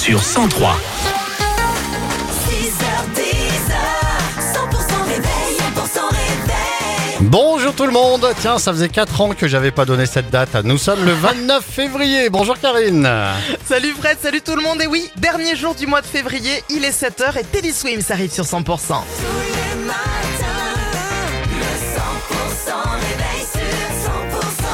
sur 103. 100% réveil, 100% réveil. Bonjour tout le monde. Tiens, ça faisait 4 ans que j'avais pas donné cette date. Nous sommes le 29 février. Bonjour Karine. Salut Fred, salut tout le monde. Et oui, dernier jour du mois de février, il est 7h et Teddy Swims arrive sur 100%. Tous les matins, le 100% réveil sur 100%.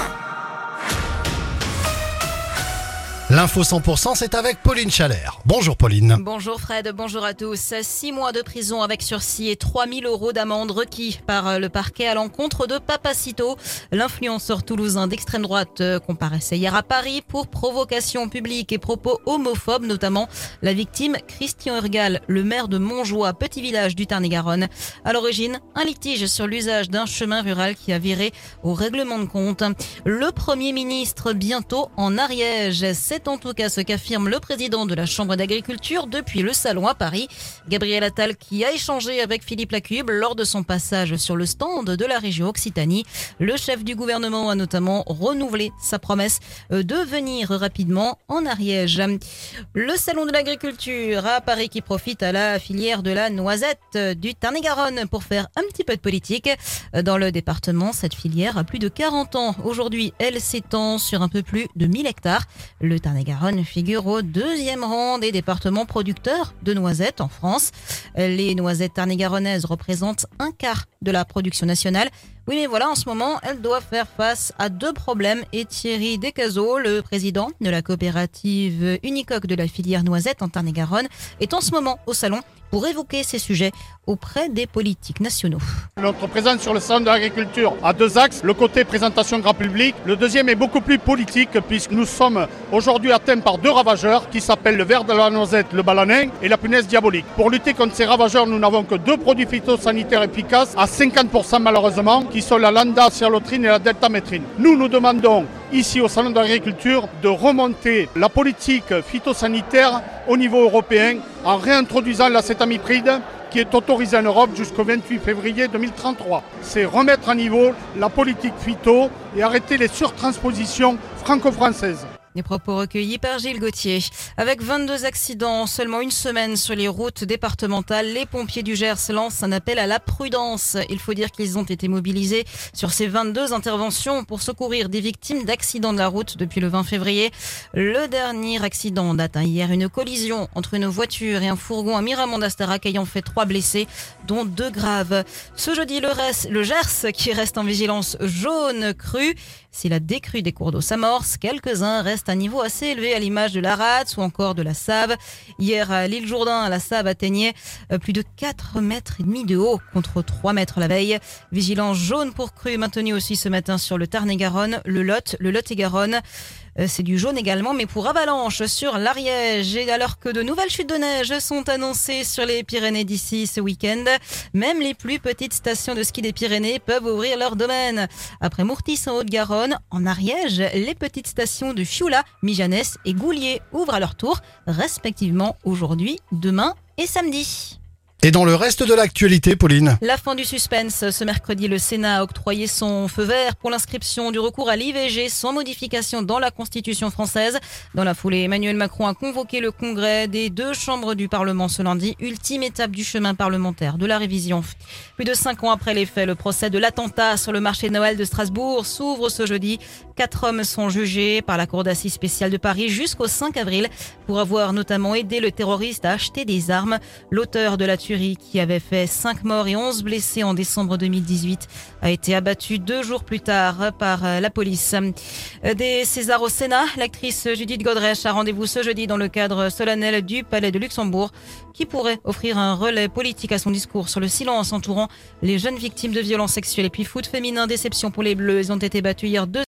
L'info 100%, c'est avec Pauline Chalère. Bonjour Pauline. Bonjour Fred, bonjour à tous. 6 mois de prison avec sursis et 3 000 € d'amende requis par le parquet à l'encontre de Papacito. L'influenceur toulousain d'extrême droite comparaissait hier à Paris pour provocation publique et propos homophobes, notamment la victime Christian Urgal, le maire de Montjoie, petit village du Tarn-et-Garonne. À l'origine, un litige sur l'usage d'un chemin rural qui a viré au règlement de compte. Le Premier ministre bientôt en Ariège. C'est en tout cas ce qu'affirme le président de la Chambre d'agriculture depuis le salon à Paris. Gabriel Attal qui a échangé avec Philippe Lacube lors de son passage sur le stand de la région Occitanie. Le chef du gouvernement a notamment renouvelé sa promesse de venir rapidement en Ariège. Le salon de l'agriculture à Paris qui profite à la filière de la noisette du Tarn-et-Garonne pour faire un petit peu de politique. Dans le département, cette filière a plus de 40 ans. Aujourd'hui, elle s'étend sur un peu plus de 1000 hectares. Le Tarn-et-Garonne figure au 2e rang des départements producteurs de noisettes en France. Les noisettes tarn-et-garonnaises représentent un quart de la production nationale. Oui, mais voilà, en ce moment, elles doivent faire face à 2 problèmes. Et Thierry Descazeaux, le président de la coopérative Unicoque de la filière noisette en Tarn-et-Garonne, est en ce moment au salon pour évoquer ces sujets auprès des politiques nationaux. Notre présence sur le salon de l'agriculture a 2 axes. Le côté présentation grand public. Le deuxième est beaucoup plus politique puisque nous sommes aujourd'hui atteints par 2 ravageurs qui s'appellent le ver de la noisette, le balanin et la punaise diabolique. Pour lutter contre ces ravageurs, nous n'avons que 2 produits phytosanitaires efficaces à 50% malheureusement qui sont la landa cyhalotrine et la deltamétrine. Nous demandons ici au salon de l'agriculture de remonter la politique phytosanitaire au niveau européen en réintroduisant l'acétamipride qui est autorisé en Europe jusqu'au 28 février 2033. C'est remettre à niveau la politique phyto et arrêter les surtranspositions franco-françaises. Des propos recueillis par Gilles Gauthier. Avec 22 accidents en seulement une semaine sur les routes départementales, les pompiers du Gers lancent un appel à la prudence. Il faut dire qu'ils ont été mobilisés sur ces 22 interventions pour secourir des victimes d'accidents de la route depuis le 20 février. Le dernier accident date hier, une collision entre une voiture et un fourgon à Miramont-d'Astarac ayant fait 3 blessés, dont 2 graves. Ce jeudi, le Gers qui reste en vigilance jaune crue. Si la décrue des cours d'eau s'amorce, quelques-uns restent à un niveau assez élevé à l'image de la Rats ou encore de la Save. Hier à l'île Jourdain, la Save atteignait plus de 4,5 mètres de haut contre 3 mètres la veille. Vigilance jaune pour crue maintenue aussi ce matin sur le Tarn-et-Garonne, le Lot-et-Garonne. C'est du jaune également, mais pour avalanche sur l'Ariège. Et alors que de nouvelles chutes de neige sont annoncées sur les Pyrénées d'ici ce week-end, même les plus petites stations de ski des Pyrénées peuvent ouvrir leur domaine. Après Mourtis en Haute-Garonne, en Ariège, les petites stations de Fioula, Mijanès et Goulier ouvrent à leur tour, respectivement aujourd'hui, demain et samedi. Et dans le reste de l'actualité, Pauline. La fin du suspense. Ce mercredi, le Sénat a octroyé son feu vert pour l'inscription du recours à l'IVG sans modification dans la Constitution française. Dans la foulée, Emmanuel Macron a convoqué le congrès des 2 chambres du Parlement ce lundi, ultime étape du chemin parlementaire de la révision. Plus de 5 ans après les faits, le procès de l'attentat sur le marché de Noël de Strasbourg s'ouvre ce jeudi. 4 hommes sont jugés par la Cour d'assises spéciale de Paris jusqu'au 5 avril pour avoir notamment aidé le terroriste à acheter des armes. L'auteur de la tuerie qui avait fait 5 morts et 11 blessés en décembre 2018 a été abattu 2 jours plus tard par la police. Des Césars au Sénat, l'actrice Judith Godrèche a rendez-vous ce jeudi dans le cadre solennel du Palais de Luxembourg qui pourrait offrir un relais politique à son discours sur le silence entourant les jeunes victimes de violences sexuelles. Et puis foot féminin, déception pour les Bleus, ils ont été battus hier 2